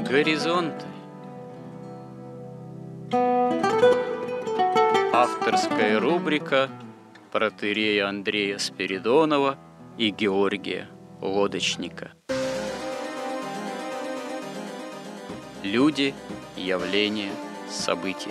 Горизонты. Авторская рубрика протоиерея Андрея Спиридонова и Георгия Лодочника. Люди, явления, события.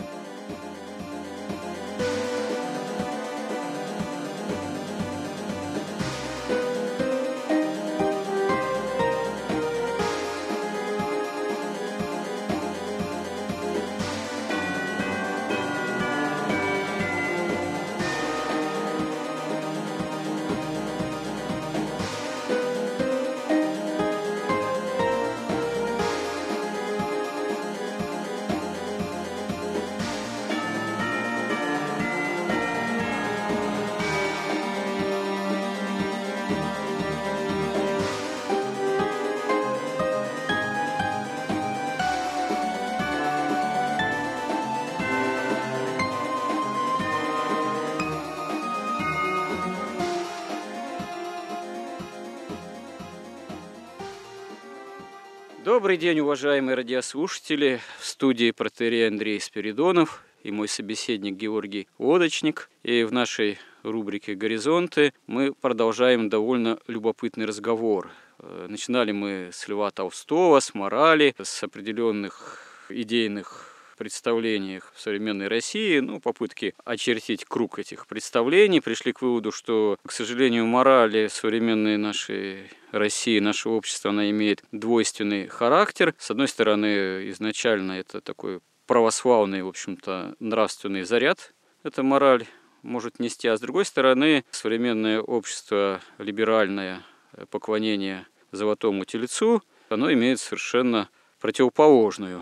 Добрый день, уважаемые радиослушатели! В студии протоиерей Андрей Спиридонов и мой собеседник Георгий Лодочник. И в нашей рубрике «Горизонты» мы продолжаем довольно любопытный разговор. Начинали мы с Льва Толстого, с морали, с определенных идейных представлений в современной России, попытки очертить круг этих представлений, пришли к выводу, что, к сожалению, мораль современной нашей России, нашего общества, она имеет двойственный характер. С одной стороны, изначально это такой православный, в общем-то, нравственный заряд, эта мораль может нести, а с другой стороны, современное общество, либеральное поклонение золотому тельцу, оно имеет совершенно противоположную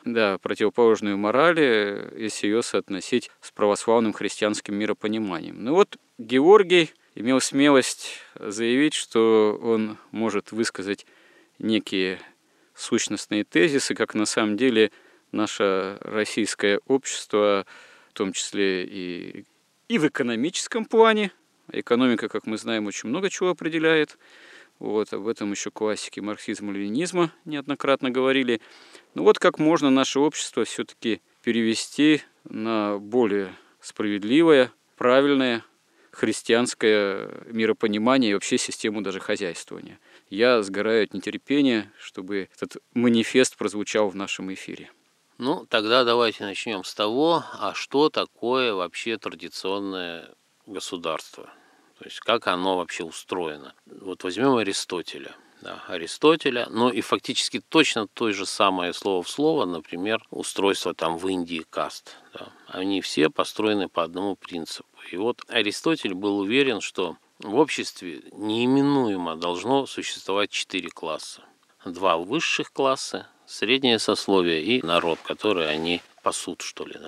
морали, если ее соотносить с православным христианским миропониманием. Георгий имел смелость заявить, что он может высказать некие сущностные тезисы, как на самом деле наше российское общество, в том числе и в экономическом плане. Экономика, как мы знаем, очень много чего определяет. Об этом еще классики марксизма-ленинизма неоднократно говорили. Как можно наше общество все-таки перевести на более справедливое, правильное христианское миропонимание и вообще систему даже хозяйствования. Я сгораю от нетерпения, чтобы этот манифест прозвучал в нашем эфире. Тогда давайте начнем с того, а что такое вообще традиционное государство? То есть как оно вообще устроено? Возьмем Аристотеля. Аристотеля, и фактически точно то же самое слово в слово, например, устройство в Индии каст. Они все построены по одному принципу. И Аристотель был уверен, что в обществе неименуемо должно существовать 4 класса. 2 высших класса, среднее сословие и народ, который они пасут, что ли.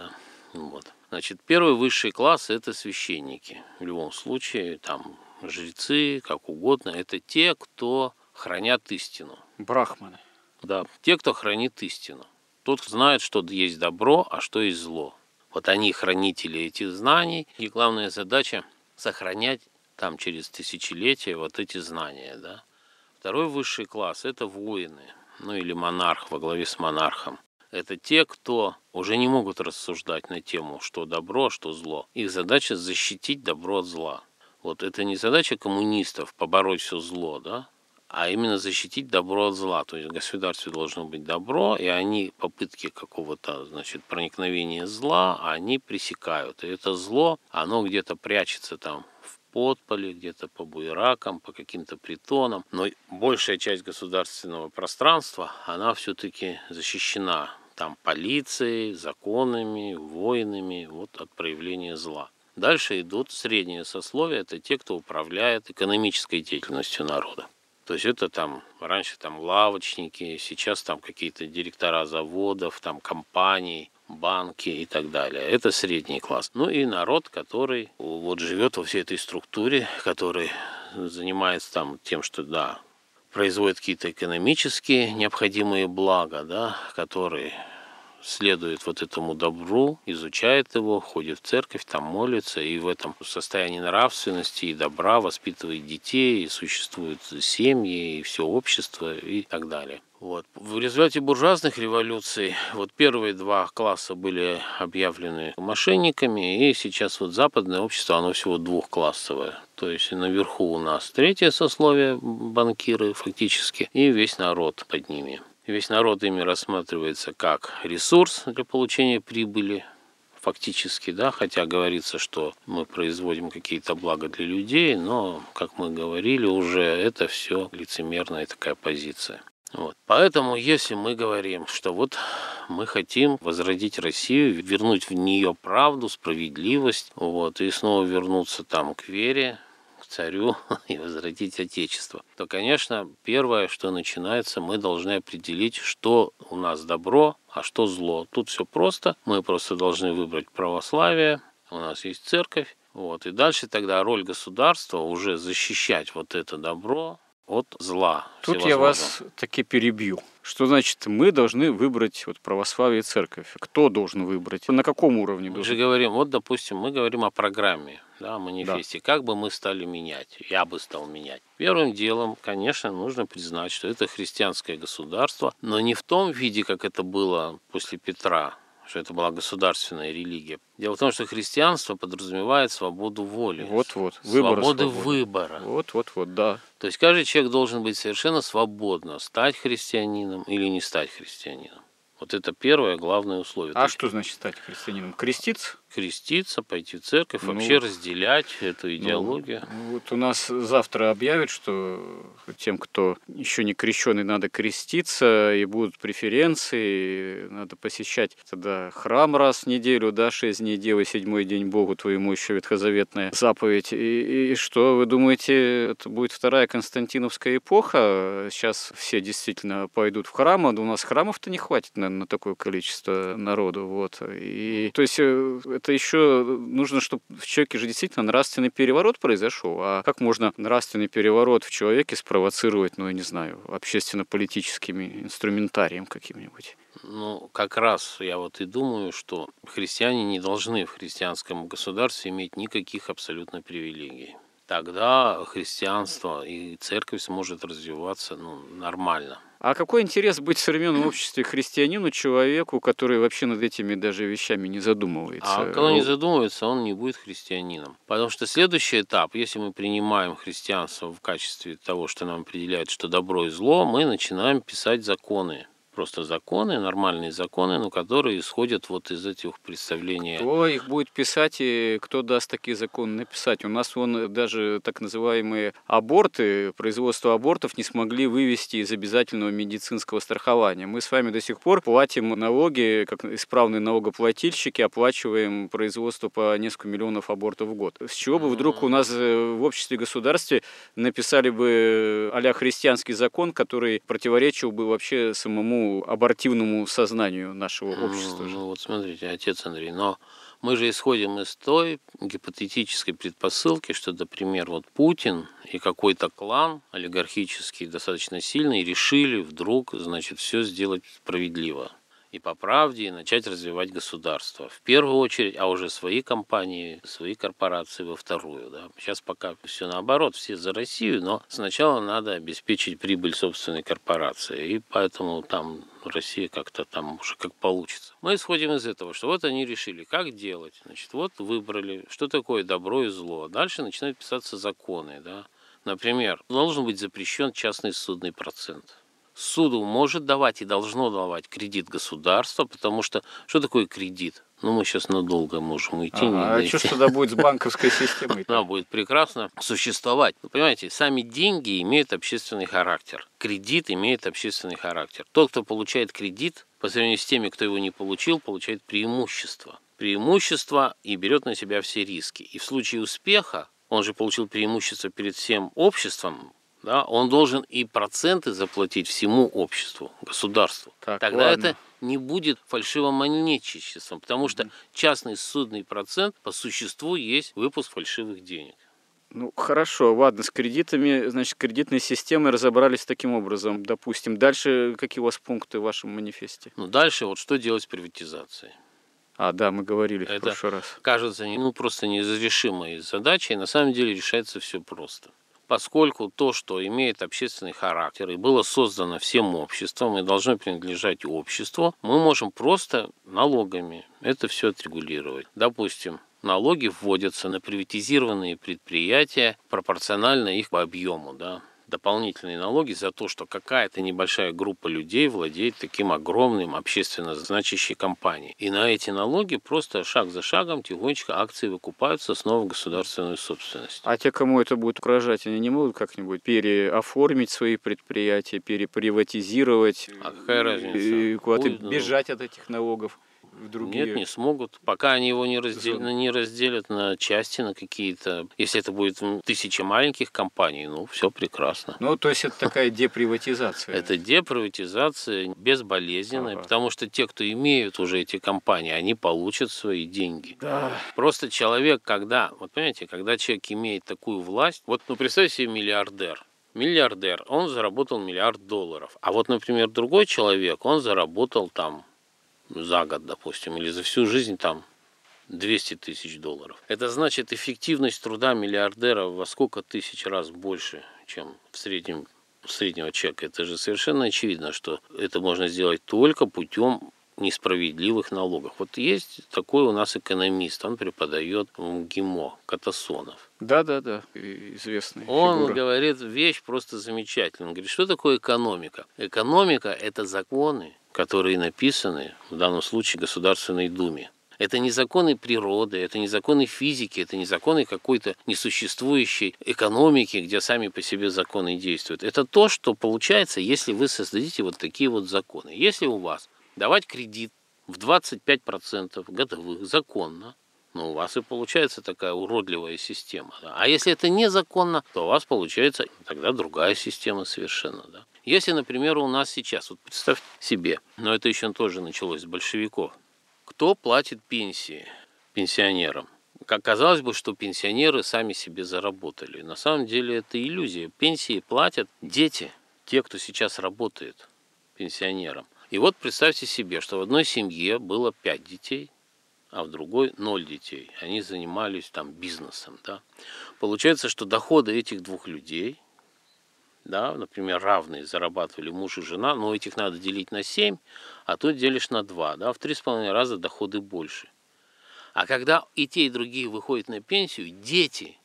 Первый высший класс – это священники. В любом случае, жрецы, как угодно, это те, кто хранят истину. Брахманы. Да, те, кто хранит истину. Тот знает, что есть добро, а что есть зло. Они хранители этих знаний, и главная задача – сохранять через тысячелетия эти знания. Второй высший класс – это воины, или монарх во главе с монархом. Это те, кто уже не могут рассуждать на тему, что добро, а что зло. Их задача – защитить добро от зла. Это не задача коммунистов – побороть все зло, а именно защитить добро от зла. То есть в государстве должно быть добро, и они попытки какого-то, проникновения зла, они пресекают. И это зло, оно где-то прячется в подполе, где-то по буеракам, по каким-то притонам. Но большая часть государственного пространства, она все-таки защищена полицией, законами, воинами от проявления зла. Дальше идут средние сословия, это те, кто управляет экономической деятельностью народа. То есть это раньше лавочники, сейчас какие-то директора заводов, компаний, банки и так далее. Это средний класс. И народ, который живет во всей этой структуре, который занимается тем, что производит какие-то экономические необходимые блага, который следует вот этому добру, изучает его, ходит в церковь, там молится, и в этом состоянии нравственности и добра воспитывает детей, и существуют семьи, и все общество, и так далее. Вот. В результате буржуазных революций вот первые два класса были объявлены мошенниками, и сейчас вот западное общество, оно всего двухклассовое. То есть наверху у нас третье сословие, банкиры фактически, и весь народ под ними. Весь народ ими рассматривается как ресурс для получения прибыли, фактически, да, хотя говорится, что мы производим какие-то блага для людей, но, как мы говорили уже, это все лицемерная такая позиция. Вот. Поэтому, если мы говорим, что вот мы хотим возродить Россию, вернуть в нее правду, справедливость, вот, и снова вернуться там к вере, к царю и возродить Отечество, то, конечно, первое, что начинается, мы должны определить, что у нас добро, а что зло. Тут все просто. Мы просто должны выбрать православие, у нас есть церковь, вот, и дальше тогда роль государства уже защищать вот это добро от зла. Тут я вас таки перебью. Что значит, мы должны выбрать вот православие и церковь? Кто должен выбрать? На каком уровне Мы должен? же говорим, вот, допустим, мы говорим о программе, да, о манифесте. Да. Как бы мы стали менять? Я бы стал менять. Первым делом, конечно, нужно признать, что это христианское государство, но не в том виде, как это было после Петра, что это была государственная религия. Дело в том, что христианство подразумевает свободу воли. Вот-вот. Свободы выбора. Вот-вот-вот, да. То есть каждый человек должен быть совершенно свободно стать христианином или не стать христианином. Вот это первое главное условие. А что значит стать христианином? Креститься? Креститься, пойти в церковь, вообще разделять эту идеологию. Вот у нас завтра объявят, что тем, кто еще не крещеный, надо креститься, и будут преференции, надо посещать тогда храм раз в неделю, да, 6 дней делай, 7-й день Богу твоему, еще ветхозаветная заповедь. И что, вы думаете, это будет вторая Константиновская эпоха? Сейчас все действительно пойдут в храм, а у нас храмов-то не хватит, наверное, на такое количество народу. Вот. И, то есть это еще нужно, чтобы в человеке же действительно нравственный переворот произошел. А как можно нравственный переворот в человеке спровоцировать, ну, я не знаю, общественно-политическим инструментарием каким-нибудь? Ну, как раз я вот и думаю, что христиане не должны в христианском государстве иметь никаких абсолютно привилегий. Тогда христианство и церковь сможет развиваться нормально. А какой интерес быть в современном обществе христианину, человеку, который вообще над этими даже вещами не задумывается? А когда не задумывается, он не будет христианином. Потому что следующий этап, если мы принимаем христианство в качестве того, что нам определяет, что добро и зло, мы начинаем писать законы. Просто законы, нормальные законы, но которые исходят вот из этих представлений. Кто их будет писать и кто даст такие законы написать? У нас даже так называемые аборты, производство абортов не смогли вывести из обязательного медицинского страхования. Мы с вами до сих пор платим налоги, как исправные налогоплательщики, оплачиваем производство по несколько миллионов абортов в год. С чего бы вдруг у нас в обществе и государстве написали бы а-ля христианский закон, который противоречил бы вообще самому абортивному сознанию нашего общества? Ну вот смотрите, отец Андрей, но мы же исходим из той гипотетической предпосылки, что, например, вот Путин и какой-то клан олигархический достаточно сильный решили вдруг, значит, все сделать справедливо и по правде, и начать развивать государство. В первую очередь, а уже свои компании, свои корпорации во вторую. Да. Сейчас пока все наоборот, все за Россию, но сначала надо обеспечить прибыль собственной корпорации. И поэтому там Россия как-то там уже как получится. Мы исходим из этого, что вот они решили, как делать. Значит, вот выбрали, что такое добро и зло. Дальше начинают писаться законы. Да. Например, должен быть запрещен частный судный процент. Суду может давать и должно давать кредит государства, потому что такое кредит? Мы сейчас надолго можем уйти. А что ж тогда будет с банковской системой? Она будет прекрасно существовать. Вы понимаете, сами деньги имеют общественный характер. Кредит имеет общественный характер. Тот, кто получает кредит, по сравнению с теми, кто его не получил, получает преимущество. Преимущество и берет на себя все риски. И в случае успеха, он же получил преимущество перед всем обществом, да, он должен и проценты заплатить всему обществу, государству. Тогда ладно. Это не будет фальшивомонетчичеством, потому что частный судный процент по существу есть выпуск фальшивых денег. Ну, хорошо, ладно, с кредитами, значит, кредитной системой разобрались таким образом, допустим. Дальше какие у вас пункты в вашем манифесте? Ну, дальше вот что делать с приватизацией? А, да, мы говорили в Это прошлый раз. кажется просто неразрешимой задачей, на самом деле решается все просто. Поскольку то, что имеет общественный характер и было создано всем обществом и должно принадлежать обществу, мы можем просто налогами это все отрегулировать. Допустим, налоги вводятся на приватизированные предприятия пропорционально их объему, да. Дополнительные налоги за то, что какая-то небольшая группа людей владеет таким огромным общественно значащей компанией. И на эти налоги просто шаг за шагом тихонечко акции выкупаются снова в государственную собственность. А те, кому это будет угрожать, они не могут как-нибудь переоформить свои предприятия, переприватизировать? А какая разница? И куда-то Будет, бежать от этих налогов в другие? Нет, не смогут. Пока они его не зоны. разделят на части, на какие-то... Если это будет 1000 маленьких компаний, ну, все прекрасно. Ну, то есть это такая деприватизация. Это деприватизация безболезненная, потому что те, кто имеют уже эти компании, они получат свои деньги. Да. Просто человек, когда, вот понимаете, когда человек имеет такую власть, вот, ну, представьте себе миллиардер, он заработал $1 миллиард. А вот, например, другой человек, он заработал там за год, допустим, или за всю жизнь там $200 тысяч. Это значит, эффективность труда миллиардера во сколько тысяч раз больше, чем в среднем среднего человека. Это же совершенно очевидно, что это можно сделать только путем несправедливых налогов. Вот есть такой у нас экономист, он преподает в МГИМО, Катасонов. Да, известная Он фигура. говорит вещь просто замечательная. Он говорит, что такое экономика? Экономика – это законы, которые написаны, в данном случае, в Государственной Думе. Это не законы природы, это не законы физики, это не законы какой-то несуществующей экономики, где сами по себе законы действуют. Это то, что получается, если вы создадите вот такие вот законы. Если у вас давать кредит в 25% годовых законно, но у вас и получается такая уродливая система. Да? А если это незаконно, то у вас получается тогда другая система совершенно. Да? Если, например, у нас сейчас, вот представьте себе, но это еще тоже началось с большевиков, кто платит пенсии пенсионерам? Как казалось бы, что пенсионеры сами себе заработали. На самом деле это иллюзия. Пенсии платят дети, те, кто сейчас работает пенсионерам. И вот представьте себе, что в одной семье было 5 детей, а в другой 0 детей. Они занимались там бизнесом. Да? Получается, что доходы этих двух людей, да, например, равные зарабатывали муж и жена, но этих надо делить на 7, а тут делишь на 2, да, в 3,5 раза доходы больше. А когда и те, и другие выходят на пенсию, дети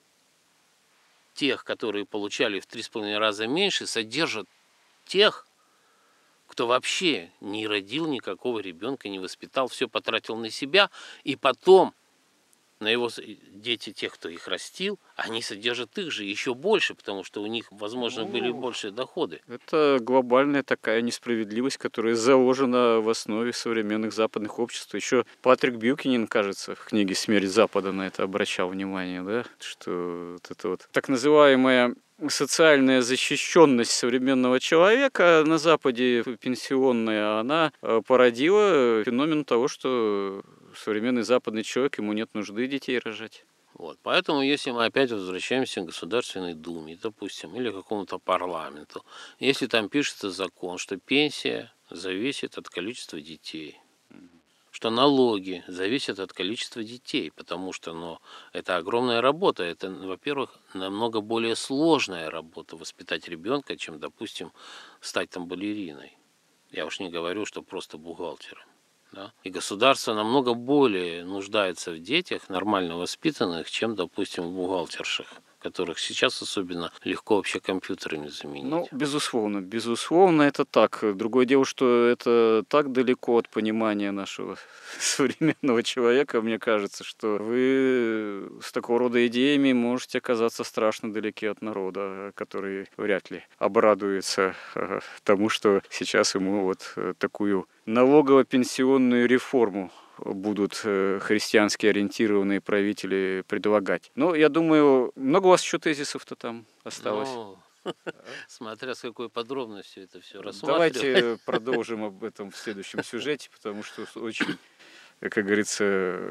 тех, которые получали в 3,5 раза меньше, содержат тех, кто вообще не родил никакого ребенка, не воспитал, все потратил на себя, и потом на его дети, тех, кто их растил, они содержат их же еще больше, потому что у них, возможно, были большие доходы. Это глобальная такая несправедливость, которая заложена в основе современных западных обществ. Еще Патрик Бьюкинен, кажется, в книге «Смерть Запада» на это обращал внимание, да? Что вот это вот так называемая социальная защищенность современного человека на Западе, пенсионная, она породила феномен того, что современный западный человек, ему нет нужды детей рожать. Вот. Поэтому, если мы опять возвращаемся к Государственной Думе, допустим, или к какому-то парламенту, если там пишется закон, что пенсия зависит от количества детей, что налоги зависят от количества детей, потому что это огромная работа. Это, во-первых, намного более сложная работа воспитать ребенка, чем, допустим, стать там балериной. Я уж не говорю, что просто бухгалтером. Да? И государство намного более нуждается в детях нормально воспитанных, чем, допустим, в бухгалтершах, которых сейчас особенно легко вообще компьютерами заменить. Ну, безусловно, это так. Другое дело, что это так далеко от понимания нашего современного человека, мне кажется, что вы с такого рода идеями можете оказаться страшно далеки от народа, который вряд ли обрадуется тому, что сейчас ему вот такую налогово-пенсионную реформу будут христиански ориентированные правители предлагать. Ну, я думаю, много у вас еще тезисов-то там осталось? Смотря с какой подробностью это все рассматривать. Давайте продолжим об этом в следующем сюжете, потому что очень как говорится,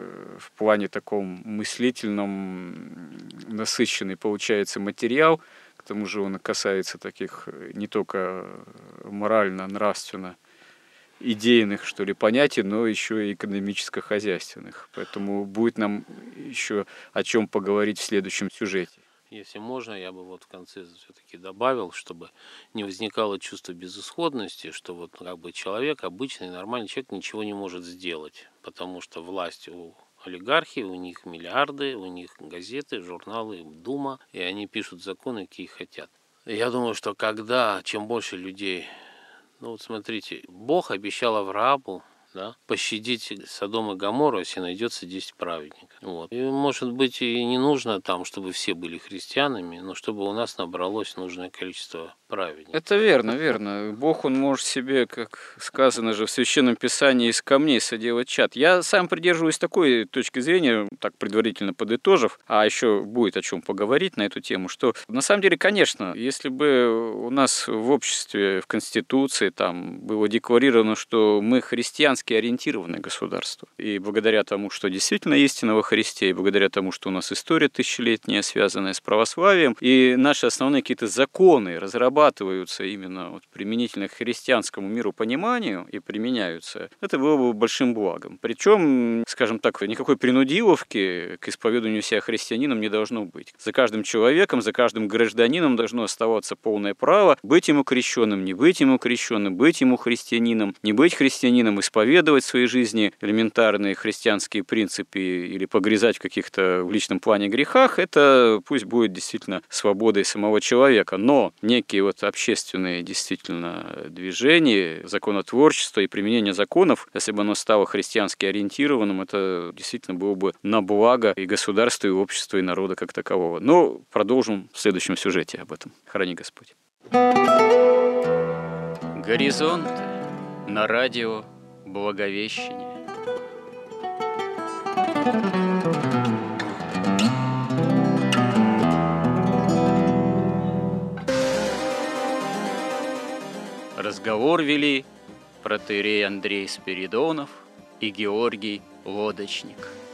в плане таком мыслительном насыщенный получается материал. К тому же он касается таких не только морально, нравственно идейных, что ли, понятий, но еще и экономическо-хозяйственных. Поэтому будет нам еще о чем поговорить в следующем сюжете. Если можно, я бы вот в конце все-таки добавил, чтобы не возникало чувство безысходности, что вот как бы человек, обычный, нормальный человек ничего не может сделать, потому что власть у олигархии, у них миллиарды, у них газеты, журналы, Дума, и они пишут законы, какие хотят. Я думаю, что чем больше людей... Ну вот смотрите, Бог обещал Аврааму, да, пощадить Содом и Гоморру, если найдется 10 праведников. Вот. И, может быть, и не нужно там, чтобы все были христианами, но чтобы у нас набралось нужное количество праведников. Это верно, верно. Бог, он может себе, как сказано же в Священном Писании, из камней соделать чад. Я сам придерживаюсь такой точки зрения, так предварительно подытожив, а еще будет о чем поговорить на эту тему, что на самом деле, конечно, если бы у нас в обществе, в Конституции там было декларировано, что мы христианские ориентированное государство, и благодаря тому, что действительно истина во Христе, и благодаря тому, что у нас история тысячелетняя, связанная с православием, и наши основные какие-то законы разрабатываются именно вот применительно к христианскому миропониманию и применяются, это было бы большим благом. Причем, скажем так, никакой принудиловки к исповеданию себя христианином не должно быть. За каждым человеком, за каждым гражданином должно оставаться полное право быть ему крещенным, не быть ему крещенным, быть ему христианином, не быть христианином, исповедовать в своей жизни элементарные христианские принципы или погрязать в каких-то в личном плане грехах, это пусть будет действительно свободой самого человека. Но некие вот общественные действительно движения, законотворчество и применение законов, если бы оно стало христиански ориентированным, это действительно было бы на благо и государства, и общества, и народа как такового. Но продолжим в следующем сюжете об этом. Храни Господь. Горизонт на радио Благовещение. Разговор вели протоиерей Андрей Спиридонов и Георгий Лодочник.